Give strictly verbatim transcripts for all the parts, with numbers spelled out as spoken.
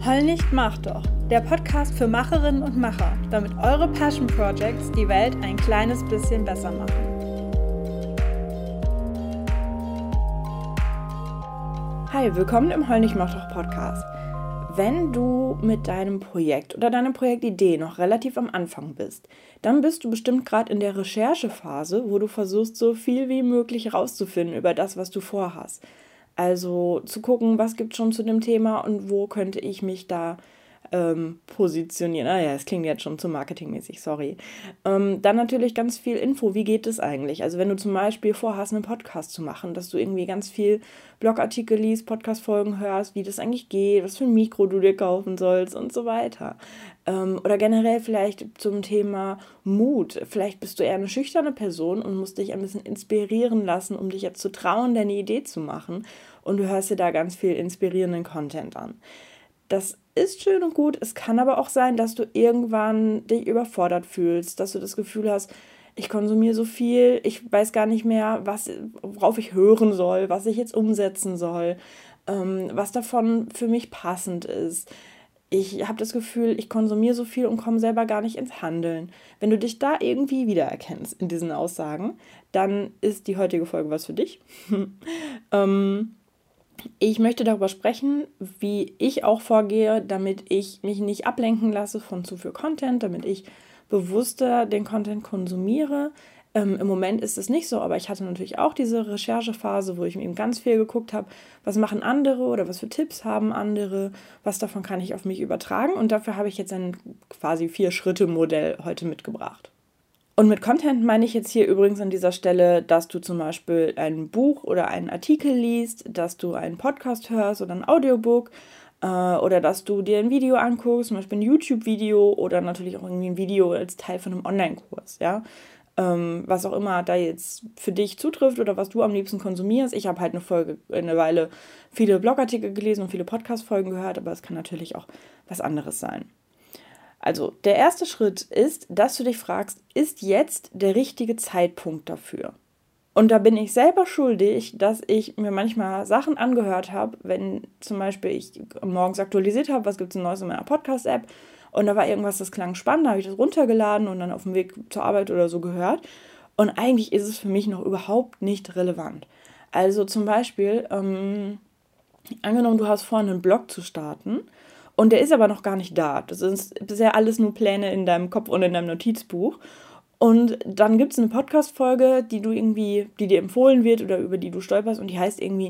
Heul nicht, mach doch. Der Podcast für Macherinnen und Macher, damit eure Passion Projects die Welt ein kleines bisschen besser machen. Hi, willkommen im Heul nicht, mach doch Podcast. Wenn du mit deinem Projekt oder deiner Projektidee noch relativ am Anfang bist, dann bist du bestimmt gerade in der Recherchephase, wo du versuchst, so viel wie möglich herauszufinden über das, was du vorhast. Also zu gucken, was gibt es schon zu dem Thema und wo könnte ich mich da ähm, positionieren. Ah ja, es klingt jetzt schon zu marketingmäßig, sorry. Ähm, dann natürlich ganz viel Info, wie geht es eigentlich? Also wenn du zum Beispiel vorhast, einen Podcast zu machen, dass du irgendwie ganz viel Blogartikel liest, Podcast-Folgen hörst, wie das eigentlich geht, was für ein Mikro du dir kaufen sollst und so weiter. Ähm, oder generell vielleicht zum Thema Mut. Vielleicht bist du eher eine schüchterne Person und musst dich ein bisschen inspirieren lassen, um dich jetzt zu trauen, deine Idee zu machen. Und du hörst dir da ganz viel inspirierenden Content an. Das ist schön und gut. Es kann aber auch sein, dass du irgendwann dich überfordert fühlst, dass du das Gefühl hast, ich konsumiere so viel, ich weiß gar nicht mehr, was, worauf ich hören soll, was ich jetzt umsetzen soll, ähm, was davon für mich passend ist. Ich habe das Gefühl, ich konsumiere so viel und komme selber gar nicht ins Handeln. Wenn du dich da irgendwie wiedererkennst in diesen Aussagen, dann ist die heutige Folge was für dich. ähm, Ich möchte darüber sprechen, wie ich auch vorgehe, damit ich mich nicht ablenken lasse von zu viel Content, damit ich bewusster den Content konsumiere. Ähm, Im Moment ist es nicht so, aber ich hatte natürlich auch diese Recherchephase, wo ich mir eben ganz viel geguckt habe, was machen andere oder was für Tipps haben andere, was davon kann ich auf mich übertragen. Und dafür habe ich jetzt ein quasi Vier-Schritte-Modell heute mitgebracht. Und mit Content meine ich jetzt hier übrigens an dieser Stelle, dass du zum Beispiel ein Buch oder einen Artikel liest, dass du einen Podcast hörst oder ein Audiobook äh, oder dass du dir ein Video anguckst, zum Beispiel ein YouTube-Video oder natürlich auch irgendwie ein Video als Teil von einem Online-Kurs, ja. Ähm, was auch immer da jetzt für dich zutrifft oder was du am liebsten konsumierst. Ich habe halt eine Folge, eine Weile viele Blogartikel gelesen und viele Podcast-Folgen gehört, aber es kann natürlich auch was anderes sein. Also der erste Schritt ist, dass du dich fragst, ist jetzt der richtige Zeitpunkt dafür? Und da bin ich selber schuldig, dass ich mir manchmal Sachen angehört habe, wenn zum Beispiel ich morgens aktualisiert habe, was gibt es Neues in meiner Podcast-App und da war irgendwas, das klang spannend, da habe ich das runtergeladen und dann auf dem Weg zur Arbeit oder so gehört. Und eigentlich ist es für mich noch überhaupt nicht relevant. Also zum Beispiel, ähm, angenommen, du hast vor, einen Blog zu starten, und der ist aber noch gar nicht da. Das ist bisher alles nur Pläne in deinem Kopf und in deinem Notizbuch. Und dann gibt es eine Podcast-Folge, die du irgendwie, die dir empfohlen wird oder über die du stolperst und die heißt irgendwie,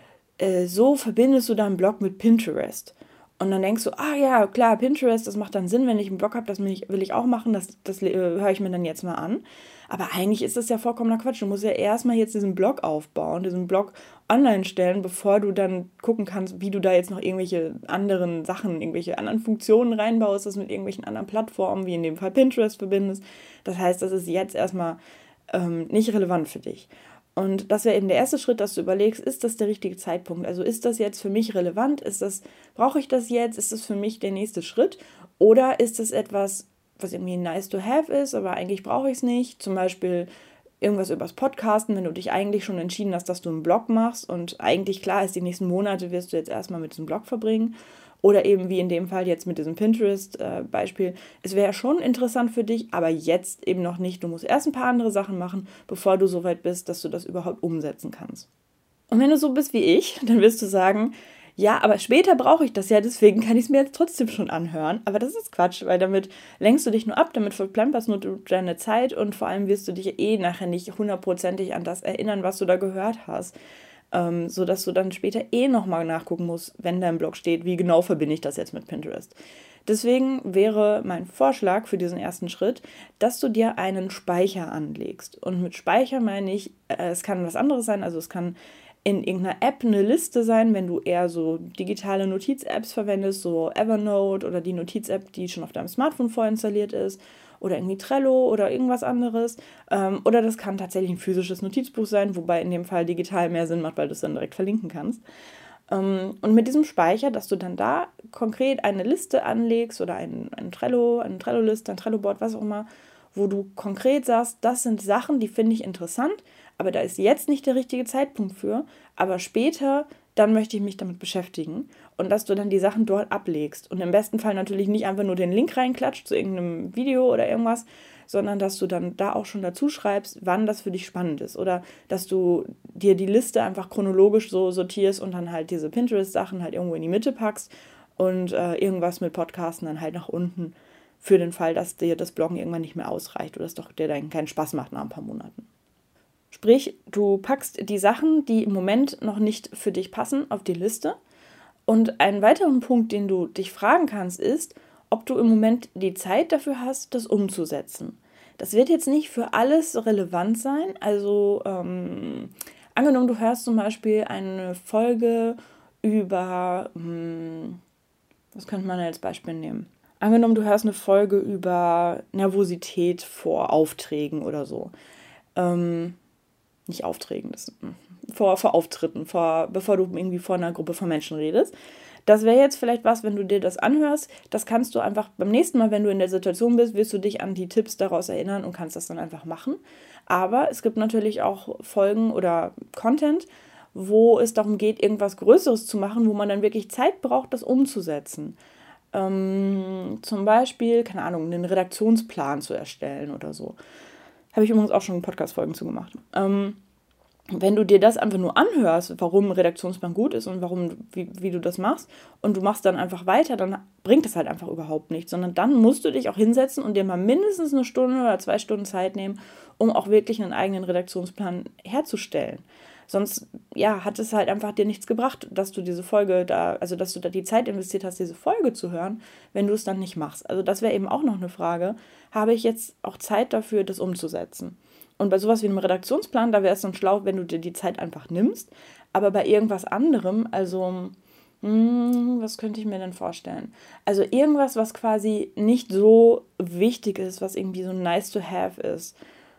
äh, so verbindest du deinen Blog mit Pinterest. Und dann denkst du, ah ja, klar, Pinterest, das macht dann Sinn, wenn ich einen Blog habe, das will ich, will ich auch machen, das, das äh, höre ich mir dann jetzt mal an. Aber eigentlich ist das ja vollkommener Quatsch. Du musst ja erstmal jetzt diesen Blog aufbauen, diesen Blog online stellen, bevor du dann gucken kannst, wie du da jetzt noch irgendwelche anderen Sachen, irgendwelche anderen Funktionen reinbaust, das mit irgendwelchen anderen Plattformen, wie in dem Fall Pinterest, verbindest. Das heißt, das ist jetzt erstmal ähm, nicht relevant für dich. Und das wäre eben der erste Schritt, dass du überlegst, ist das der richtige Zeitpunkt? Also ist das jetzt für mich relevant? Ist das, brauche ich das jetzt? Ist das für mich der nächste Schritt? Oder ist das etwas, was irgendwie nice to have ist, aber eigentlich brauche ich es nicht? Zum Beispiel irgendwas übers Podcasten, wenn du dich eigentlich schon entschieden hast, dass du einen Blog machst und eigentlich klar ist, die nächsten Monate wirst du jetzt erstmal mit diesem Blog verbringen. Oder eben wie in dem Fall jetzt mit diesem Pinterest-Beispiel. Es wäre schon interessant für dich, aber jetzt eben noch nicht. Du musst erst ein paar andere Sachen machen, bevor du so weit bist, dass du das überhaupt umsetzen kannst. Und wenn du so bist wie ich, dann wirst du sagen, ja, aber später brauche ich das ja, deswegen kann ich es mir jetzt trotzdem schon anhören. Aber das ist Quatsch, weil damit lenkst du dich nur ab, damit verplemperst nur du deine Zeit und vor allem wirst du dich eh nachher nicht hundertprozentig an das erinnern, was du da gehört hast. Ähm, so dass du dann später eh nochmal nachgucken musst, wenn dein Blog steht, wie genau verbinde ich das jetzt mit Pinterest. Deswegen wäre mein Vorschlag für diesen ersten Schritt, dass du dir einen Speicher anlegst. Und mit Speicher meine ich, äh, es kann was anderes sein, also es kann in irgendeiner App eine Liste sein, wenn du eher so digitale Notiz-Apps verwendest, so Evernote oder die Notiz-App, die schon auf deinem Smartphone vorinstalliert ist, oder irgendwie Trello oder irgendwas anderes. Ähm, oder das kann tatsächlich ein physisches Notizbuch sein, wobei in dem Fall digital mehr Sinn macht, weil du es dann direkt verlinken kannst. Ähm, und mit diesem Speicher, dass du dann da konkret eine Liste anlegst oder ein, ein Trello, eine Trello-Liste, ein Trello-Board, was auch immer, wo du konkret sagst, das sind Sachen, die finde ich interessant, aber da ist jetzt nicht der richtige Zeitpunkt für, aber später, dann möchte ich mich damit beschäftigen und dass du dann die Sachen dort ablegst und im besten Fall natürlich nicht einfach nur den Link reinklatscht zu irgendeinem Video oder irgendwas, sondern dass du dann da auch schon dazu schreibst, wann das für dich spannend ist oder dass du dir die Liste einfach chronologisch so sortierst und dann halt diese Pinterest-Sachen halt irgendwo in die Mitte packst und äh, irgendwas mit Podcasten dann halt nach unten für den Fall, dass dir das Bloggen irgendwann nicht mehr ausreicht oder es doch dir dann keinen Spaß macht nach ein paar Monaten. Sprich, du packst die Sachen, die im Moment noch nicht für dich passen, auf die Liste. Und einen weiteren Punkt, den du dich fragen kannst, ist, ob du im Moment die Zeit dafür hast, das umzusetzen. Das wird jetzt nicht für alles relevant sein. Also ähm, angenommen, du hörst zum Beispiel eine Folge über, hm, was könnte man als Beispiel nehmen? Angenommen, du hörst eine Folge über Nervosität vor Aufträgen oder so. Ähm, nicht Aufträgen, das, vor, vor Auftritten, vor, bevor du irgendwie vor einer Gruppe von Menschen redest. Das wäre jetzt vielleicht was, wenn du dir das anhörst, das kannst du einfach beim nächsten Mal, wenn du in der Situation bist, wirst du dich an die Tipps daraus erinnern und kannst das dann einfach machen. Aber es gibt natürlich auch Folgen oder Content, wo es darum geht, irgendwas Größeres zu machen, wo man dann wirklich Zeit braucht, das umzusetzen. Ähm, zum Beispiel, keine Ahnung, einen Redaktionsplan zu erstellen oder so. Habe ich übrigens auch schon Podcast-Folgen zu gemacht. Ähm, wenn du dir das einfach nur anhörst, warum ein Redaktionsplan gut ist und warum, wie, wie du das machst und du machst dann einfach weiter, dann bringt das halt einfach überhaupt nichts, sondern dann musst du dich auch hinsetzen und dir mal mindestens eine Stunde oder zwei Stunden Zeit nehmen, um auch wirklich einen eigenen Redaktionsplan herzustellen. Sonst, ja, hat es halt einfach dir nichts gebracht, dass du diese Folge da, also dass du da die Zeit investiert hast, diese Folge zu hören, wenn du es dann nicht machst. Also das wäre eben auch noch eine Frage, habe ich jetzt auch Zeit dafür, das umzusetzen? Und bei sowas wie einem Redaktionsplan, da wäre es dann schlau, wenn du dir die Zeit einfach nimmst. Aber bei irgendwas anderem, also, hm, was könnte ich mir denn vorstellen? Also irgendwas, was quasi nicht so wichtig ist, was irgendwie so nice to have ist.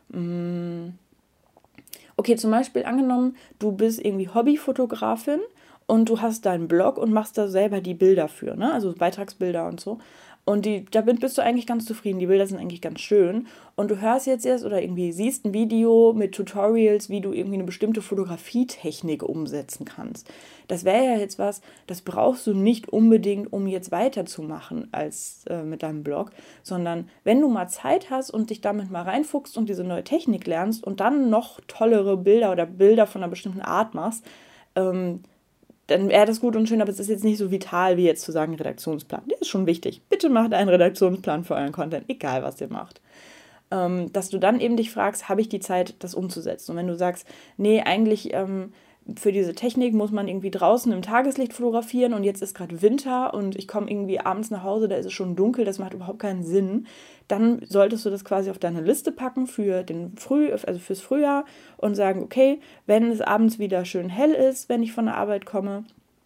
Hm. Okay, zum Beispiel angenommen, du bist irgendwie Hobbyfotografin und du hast deinen Blog und machst da selber die Bilder für, ne? Also Beitragsbilder und so. Und die, damit bist du eigentlich ganz zufrieden. Die Bilder sind eigentlich ganz schön. Und du hörst jetzt erst oder irgendwie siehst ein Video mit Tutorials, wie du irgendwie eine bestimmte Fotografietechnik umsetzen kannst. Das wäre ja jetzt was, das brauchst du nicht unbedingt, um jetzt weiterzumachen als äh, mit deinem Blog, sondern wenn du mal Zeit hast und dich damit mal reinfuchst und diese neue Technik lernst und dann noch tollere Bilder oder Bilder von einer bestimmten Art machst, ähm, dann wäre das gut und schön, aber es ist jetzt nicht so vital, wie jetzt zu sagen, Redaktionsplan. Das ist schon wichtig. Bitte macht einen Redaktionsplan für euren Content, egal was ihr macht. Ähm, dass du dann eben dich fragst, habe ich die Zeit, das umzusetzen? Und wenn du sagst, nee, eigentlich ähm, für diese Technik muss man irgendwie draußen im Tageslicht fotografieren und jetzt ist gerade Winter und ich komme irgendwie abends nach Hause, da ist es schon dunkel, das macht überhaupt keinen Sinn, dann solltest du das quasi auf deine Liste packen für den Früh, also fürs Frühjahr und sagen, okay, wenn es abends wieder schön hell ist, wenn ich von der Arbeit komme,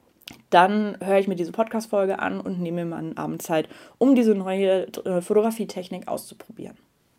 dann höre ich mir diese Podcast-Folge an und nehme mir mal einen Abend Zeit, um diese neue äh, Fotografietechnik auszuprobieren.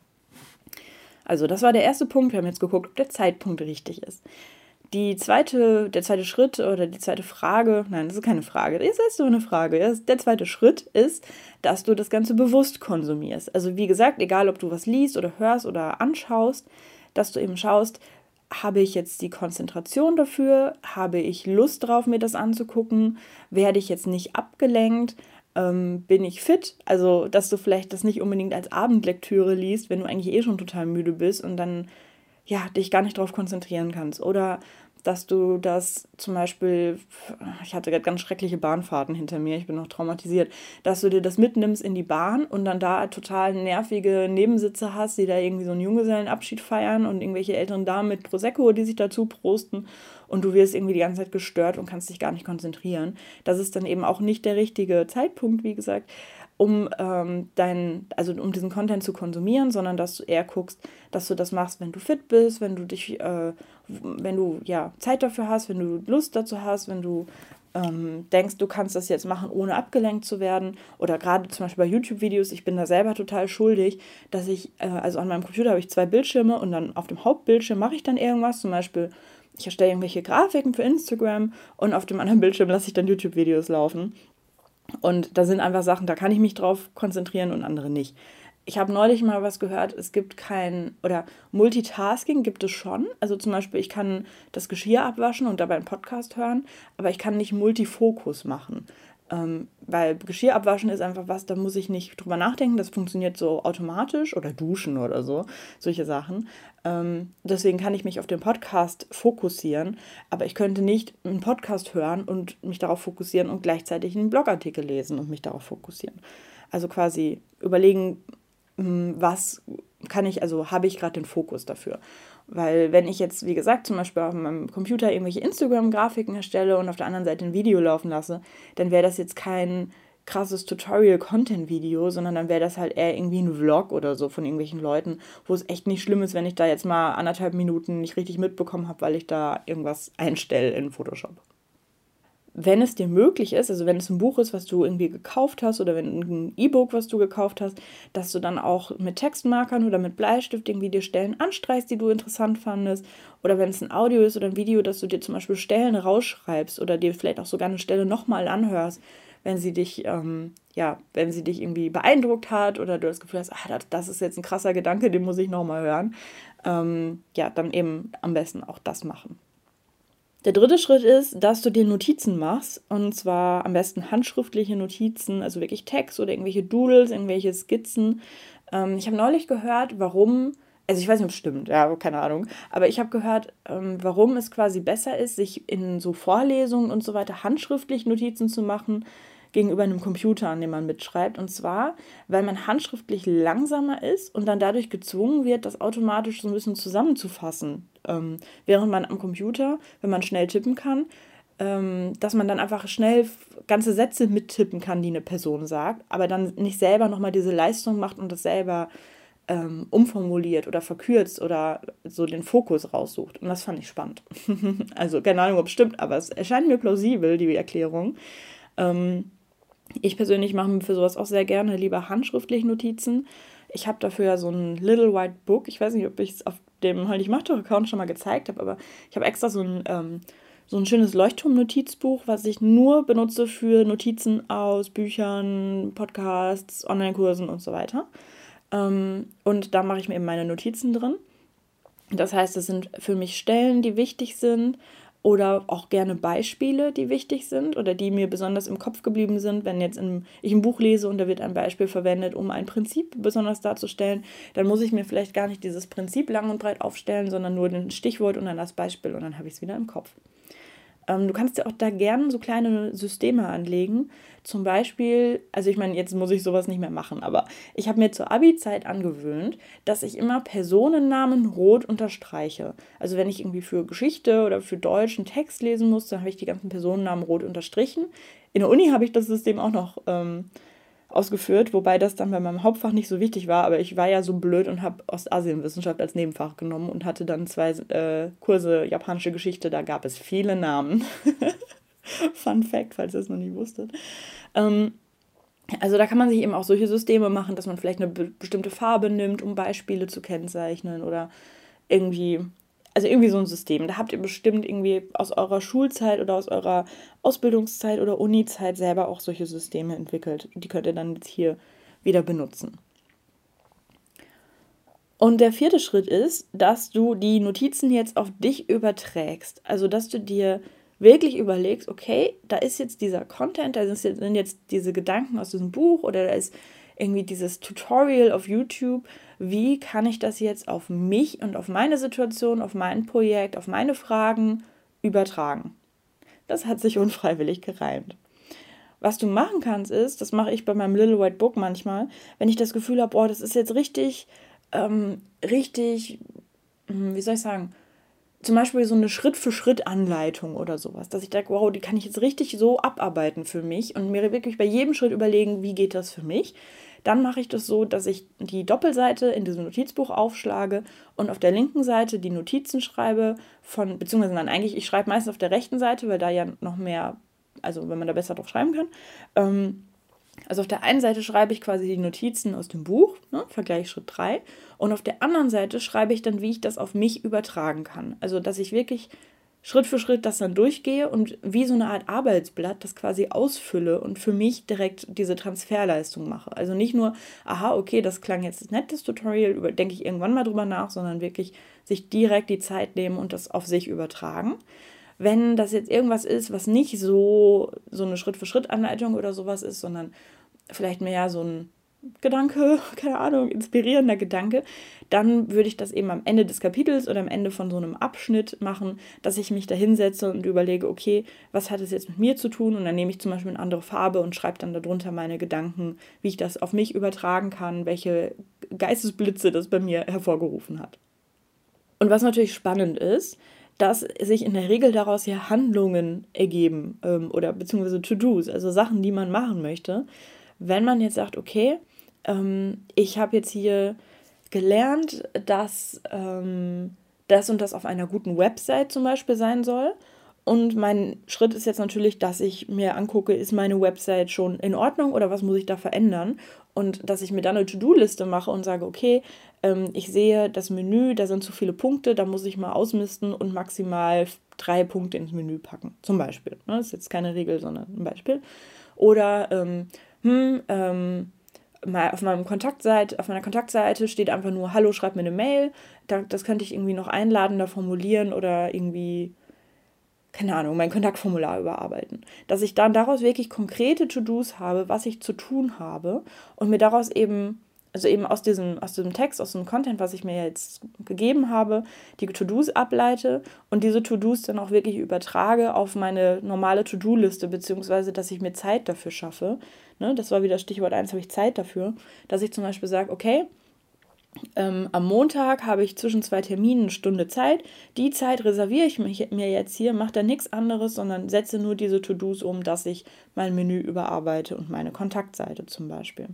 Also das war der erste Punkt. Wir haben jetzt geguckt, ob der Zeitpunkt richtig ist. Die zweite, der zweite Schritt oder die zweite Frage, nein, das ist keine Frage, das ist so eine Frage. Der zweite Schritt ist, dass du das Ganze bewusst konsumierst. Also wie gesagt, egal ob du was liest oder hörst oder anschaust, dass du eben schaust, habe ich jetzt die Konzentration dafür, habe ich Lust drauf, mir das anzugucken, werde ich jetzt nicht abgelenkt, ähm, bin ich fit? Also, dass du vielleicht das nicht unbedingt als Abendlektüre liest, wenn du eigentlich eh schon total müde bist und dann ja, dich gar nicht drauf konzentrieren kannst. Oder dass du das zum Beispiel, ich hatte gerade ganz schreckliche Bahnfahrten hinter mir, ich bin noch traumatisiert, dass du dir das mitnimmst in die Bahn und dann da total nervige Nebensitze hast, die da irgendwie so einen Junggesellenabschied feiern und irgendwelche älteren Damen mit Prosecco, die sich dazu prosten und du wirst irgendwie die ganze Zeit gestört und kannst dich gar nicht konzentrieren. Das ist dann eben auch nicht der richtige Zeitpunkt, wie gesagt, um ähm, dein, also um diesen Content zu konsumieren, sondern dass du eher guckst, dass du das machst, wenn du fit bist, wenn du dich, äh, wenn du ja Zeit dafür hast, wenn du Lust dazu hast, wenn du ähm, denkst, du kannst das jetzt machen, ohne abgelenkt zu werden. Oder gerade zum Beispiel bei YouTube-Videos, ich bin da selber total schuldig, dass ich, äh, also an meinem Computer habe ich zwei Bildschirme und dann auf dem Hauptbildschirm mache ich dann irgendwas, zum Beispiel ich erstelle irgendwelche Grafiken für Instagram und auf dem anderen Bildschirm lasse ich dann YouTube-Videos laufen. Und da sind einfach Sachen, da kann ich mich drauf konzentrieren und andere nicht. ich habe neulich mal was gehört, es gibt kein, oder Multitasking gibt es schon. Also zum Beispiel, ich kann das Geschirr abwaschen und dabei einen Podcast hören, aber ich kann nicht Multifokus machen. Ähm, weil Geschirr abwaschen ist einfach was, da muss ich nicht drüber nachdenken, das funktioniert so automatisch oder duschen oder so, solche Sachen. Ähm, deswegen kann ich mich auf den Podcast fokussieren, aber ich könnte nicht einen Podcast hören und mich darauf fokussieren und gleichzeitig einen Blogartikel lesen und mich darauf fokussieren. Also quasi überlegen, was kann ich, also habe ich gerade den Fokus dafür. Weil wenn ich jetzt, wie gesagt, zum Beispiel auf meinem Computer irgendwelche Instagram-Grafiken erstelle und auf der anderen Seite ein Video laufen lasse, dann wäre das jetzt kein krasses Tutorial-Content-Video, sondern dann wäre das halt eher irgendwie ein Vlog oder so von irgendwelchen Leuten, wo es echt nicht schlimm ist, wenn ich da jetzt mal anderthalb Minuten nicht richtig mitbekommen habe, weil ich da irgendwas einstelle in Photoshop. Wenn es dir möglich ist, also wenn es ein Buch ist, was du irgendwie gekauft hast oder wenn ein E-Book, was du gekauft hast, dass du dann auch mit Textmarkern oder mit Bleistift irgendwie dir Stellen anstreichst, die du interessant fandest. Oder wenn es ein Audio ist oder ein Video, dass du dir zum Beispiel Stellen rausschreibst oder dir vielleicht auch sogar eine Stelle nochmal anhörst, wenn sie dich, ähm, ja, wenn sie dich irgendwie beeindruckt hat oder du das Gefühl hast, ah, das, das ist jetzt ein krasser Gedanke, den muss ich nochmal hören. Ähm, ja, dann eben am besten auch das machen. Der dritte Schritt ist, dass du dir Notizen machst, und zwar am besten handschriftliche Notizen, also wirklich Text oder irgendwelche Doodles, irgendwelche Skizzen. Ähm, ich habe neulich gehört, warum, also ich weiß nicht, ob es stimmt, ja, keine Ahnung, aber ich habe gehört, ähm, warum es quasi besser ist, sich in so Vorlesungen und so weiter handschriftlich Notizen zu machen, gegenüber einem Computer, an dem man mitschreibt. Und zwar, weil man handschriftlich langsamer ist und dann dadurch gezwungen wird, das automatisch so ein bisschen zusammenzufassen. Ähm, während man am Computer, wenn man schnell tippen kann, ähm, dass man dann einfach schnell ganze Sätze mittippen kann, die eine Person sagt, aber dann nicht selber nochmal diese Leistung macht und das selber ähm, umformuliert oder verkürzt oder so den Fokus raussucht. Und das fand ich spannend. Also keine Ahnung, ob es stimmt, aber es erscheint mir plausibel, die Erklärung. Ähm, Ich persönlich mache mir für sowas auch sehr gerne lieber handschriftlich Notizen. Ich habe dafür ja so ein Little White Book. Ich weiß nicht, ob ich es auf dem Halt ich mach doch Account schon mal gezeigt habe, aber ich habe extra so ein, ähm, so ein schönes Leuchtturm-Notizbuch, was ich nur benutze für Notizen aus Büchern, Podcasts, Online-Kursen und so weiter. Ähm, und da mache ich mir eben meine Notizen drin. Das heißt, es sind für mich Stellen, die wichtig sind oder auch gerne Beispiele, die wichtig sind oder die mir besonders im Kopf geblieben sind. Wenn jetzt in, ich ein Buch lese und da wird ein Beispiel verwendet, um ein Prinzip besonders darzustellen, dann muss ich mir vielleicht gar nicht dieses Prinzip lang und breit aufstellen, sondern nur den Stichwort und dann das Beispiel und dann habe ich es wieder im Kopf. Ähm, du kannst dir auch da gerne so kleine Systeme anlegen. Zum Beispiel, also ich meine, jetzt muss ich sowas nicht mehr machen, aber ich habe mir zur Abi-Zeit angewöhnt, dass ich immer Personennamen rot unterstreiche. Also wenn ich irgendwie für Geschichte oder für Deutsch einen Text lesen muss, dann habe ich die ganzen Personennamen rot unterstrichen. In der Uni habe ich das System auch noch ähm, ausgeführt, wobei das dann bei meinem Hauptfach nicht so wichtig war, aber ich war ja so blöd und habe Ostasienwissenschaft als Nebenfach genommen und hatte dann zwei äh, Kurse japanische Geschichte, da gab es viele Namen. Fun Fact, falls ihr es noch nicht wusstet. Ähm, also da kann man sich eben auch solche Systeme machen, dass man vielleicht eine be- bestimmte Farbe nimmt, um Beispiele zu kennzeichnen oder irgendwie, also irgendwie so ein System. Da habt ihr bestimmt irgendwie aus eurer Schulzeit oder aus eurer Ausbildungszeit oder Uni-Zeit selber auch solche Systeme entwickelt. Die könnt ihr dann jetzt hier wieder benutzen. Und der vierte Schritt ist, dass du die Notizen jetzt auf dich überträgst. Also, dass du dir wirklich überlegst, okay, da ist jetzt dieser Content, da sind jetzt diese Gedanken aus diesem Buch oder da ist irgendwie dieses Tutorial auf YouTube. Wie kann ich das jetzt auf mich und auf meine Situation, auf mein Projekt, auf meine Fragen übertragen? Das hat sich unfreiwillig gereimt. Was du machen kannst ist, das mache ich bei meinem Little White Book manchmal, wenn ich das Gefühl habe, boah, das ist jetzt richtig, ähm, richtig, wie soll ich sagen, zum Beispiel so eine Schritt-für-Schritt-Anleitung oder sowas, dass ich denke, wow, die kann ich jetzt richtig so abarbeiten für mich und mir wirklich bei jedem Schritt überlegen, wie geht das für mich. Dann mache ich das so, dass ich die Doppelseite in diesem Notizbuch aufschlage und auf der linken Seite die Notizen schreibe von, beziehungsweise dann eigentlich, ich schreibe meistens auf der rechten Seite, weil da ja noch mehr, also wenn man da besser drauf schreiben kann. Ähm, Also auf der einen Seite schreibe ich quasi die Notizen aus dem Buch, ne, Vergleich Schritt drei, und auf der anderen Seite schreibe ich dann, wie ich das auf mich übertragen kann. Also dass ich wirklich Schritt für Schritt das dann durchgehe und wie so eine Art Arbeitsblatt das quasi ausfülle und für mich direkt diese Transferleistung mache. Also nicht nur, aha, okay, das klang jetzt nett, das Tutorial, über, denke ich irgendwann mal drüber nach, sondern wirklich sich direkt die Zeit nehmen und das auf sich übertragen. Wenn das jetzt irgendwas ist, was nicht so, so eine Schritt-für-Schritt-Anleitung oder sowas ist, sondern vielleicht mehr so ein Gedanke, keine Ahnung, inspirierender Gedanke, dann würde ich das eben am Ende des Kapitels oder am Ende von so einem Abschnitt machen, dass ich mich da hinsetze und überlege, okay, was hat es jetzt mit mir zu tun? Und dann nehme ich zum Beispiel eine andere Farbe und schreibe dann darunter meine Gedanken, wie ich das auf mich übertragen kann, welche Geistesblitze das bei mir hervorgerufen hat. Und was natürlich spannend ist, dass sich in der Regel daraus ja Handlungen ergeben ähm, oder beziehungsweise To-Dos, also Sachen, die man machen möchte. Wenn man jetzt sagt, okay, ähm, ich habe jetzt hier gelernt, dass ähm, das und das auf einer guten Website zum Beispiel sein soll. Und mein Schritt ist jetzt natürlich, dass ich mir angucke, ist meine Website schon in Ordnung oder was muss ich da verändern? Und dass ich mir dann eine To-Do-Liste mache und sage, okay, ähm, ich sehe das Menü, da sind zu viele Punkte, da muss ich mal ausmisten und maximal drei Punkte ins Menü packen, zum Beispiel. Das ist jetzt keine Regel, sondern ein Beispiel. Oder, ähm, hm, ähm, mal auf meinem Kontaktseite, auf meiner Kontaktseite steht einfach nur, hallo, schreib mir eine Mail. Da, das könnte ich irgendwie noch einladender formulieren oder irgendwie, keine Ahnung, mein Kontaktformular überarbeiten. Dass ich dann daraus wirklich konkrete To-Dos habe, was ich zu tun habe und mir daraus eben, also eben aus diesem, aus diesem Text, aus dem Content, was ich mir jetzt gegeben habe, die To-Dos ableite und diese To-Dos dann auch wirklich übertrage auf meine normale To-Do-Liste, beziehungsweise dass ich mir Zeit dafür schaffe. Ne, das war wieder Stichwort eins, habe ich Zeit dafür, dass ich zum Beispiel sage, okay, ähm, am Montag habe ich zwischen zwei Terminen eine Stunde Zeit. Die Zeit reserviere ich mich, mir jetzt hier, mache da nichts anderes, sondern setze nur diese To-Dos um, dass ich mein Menü überarbeite und meine Kontaktseite zum Beispiel.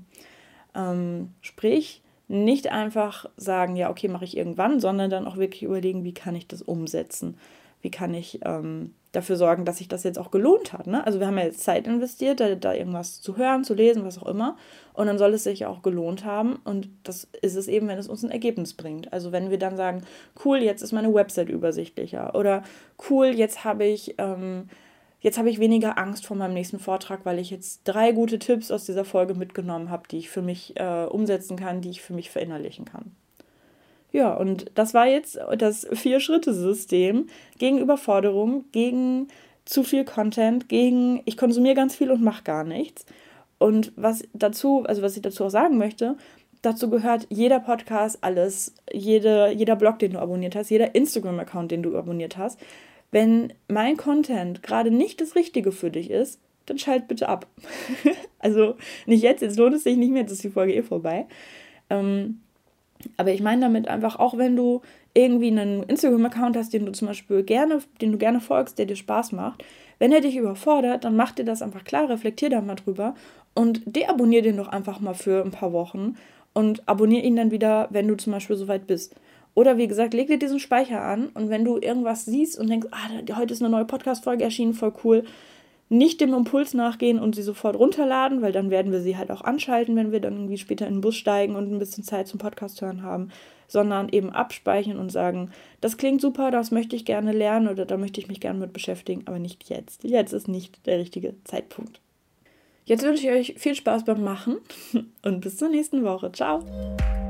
Ähm, sprich, nicht einfach sagen, ja, okay, mache ich irgendwann, sondern dann auch wirklich überlegen, wie kann ich das umsetzen? Wie kann ich ähm, dafür sorgen, dass sich das jetzt auch gelohnt hat? Ne? Also wir haben ja jetzt Zeit investiert, da, da irgendwas zu hören, zu lesen, was auch immer. Und dann soll es sich ja auch gelohnt haben. Und das ist es eben, wenn es uns ein Ergebnis bringt. Also wenn wir dann sagen, cool, jetzt ist meine Website übersichtlicher. Oder cool, jetzt habe ich... Ähm, Jetzt habe ich weniger Angst vor meinem nächsten Vortrag, weil ich jetzt drei gute Tipps aus dieser Folge mitgenommen habe, die ich für mich äh, umsetzen kann, die ich für mich verinnerlichen kann. Ja, und das war jetzt das Vier-Schritte-System gegen Überforderung, gegen zu viel Content, gegen ich konsumiere ganz viel und mache gar nichts. Und was dazu, also was ich dazu auch sagen möchte, dazu gehört jeder Podcast, alles, jede, jeder Blog, den du abonniert hast, jeder Instagram-Account, den du abonniert hast. Wenn mein Content gerade nicht das Richtige für dich ist, dann schalt bitte ab. Also nicht jetzt, jetzt lohnt es sich nicht mehr, jetzt ist die Folge eh vorbei. Ähm, aber ich meine damit einfach, auch wenn du irgendwie einen Instagram-Account hast, den du zum Beispiel gerne, den du gerne folgst, der dir Spaß macht, wenn er dich überfordert, dann mach dir das einfach klar, reflektier da mal drüber und deabonnier den doch einfach mal für ein paar Wochen und abonnier ihn dann wieder, wenn du zum Beispiel soweit bist. Oder wie gesagt, leg dir diesen Speicher an und wenn du irgendwas siehst und denkst, ah, heute ist eine neue Podcast-Folge erschienen, voll cool, nicht dem Impuls nachgehen und sie sofort runterladen, weil dann werden wir sie halt auch anschalten, wenn wir dann irgendwie später in den Bus steigen und ein bisschen Zeit zum Podcast hören haben, sondern eben abspeichern und sagen, das klingt super, das möchte ich gerne lernen oder da möchte ich mich gerne mit beschäftigen, aber nicht jetzt. Jetzt ist nicht der richtige Zeitpunkt. Jetzt wünsche ich euch viel Spaß beim Machen und bis zur nächsten Woche. Ciao!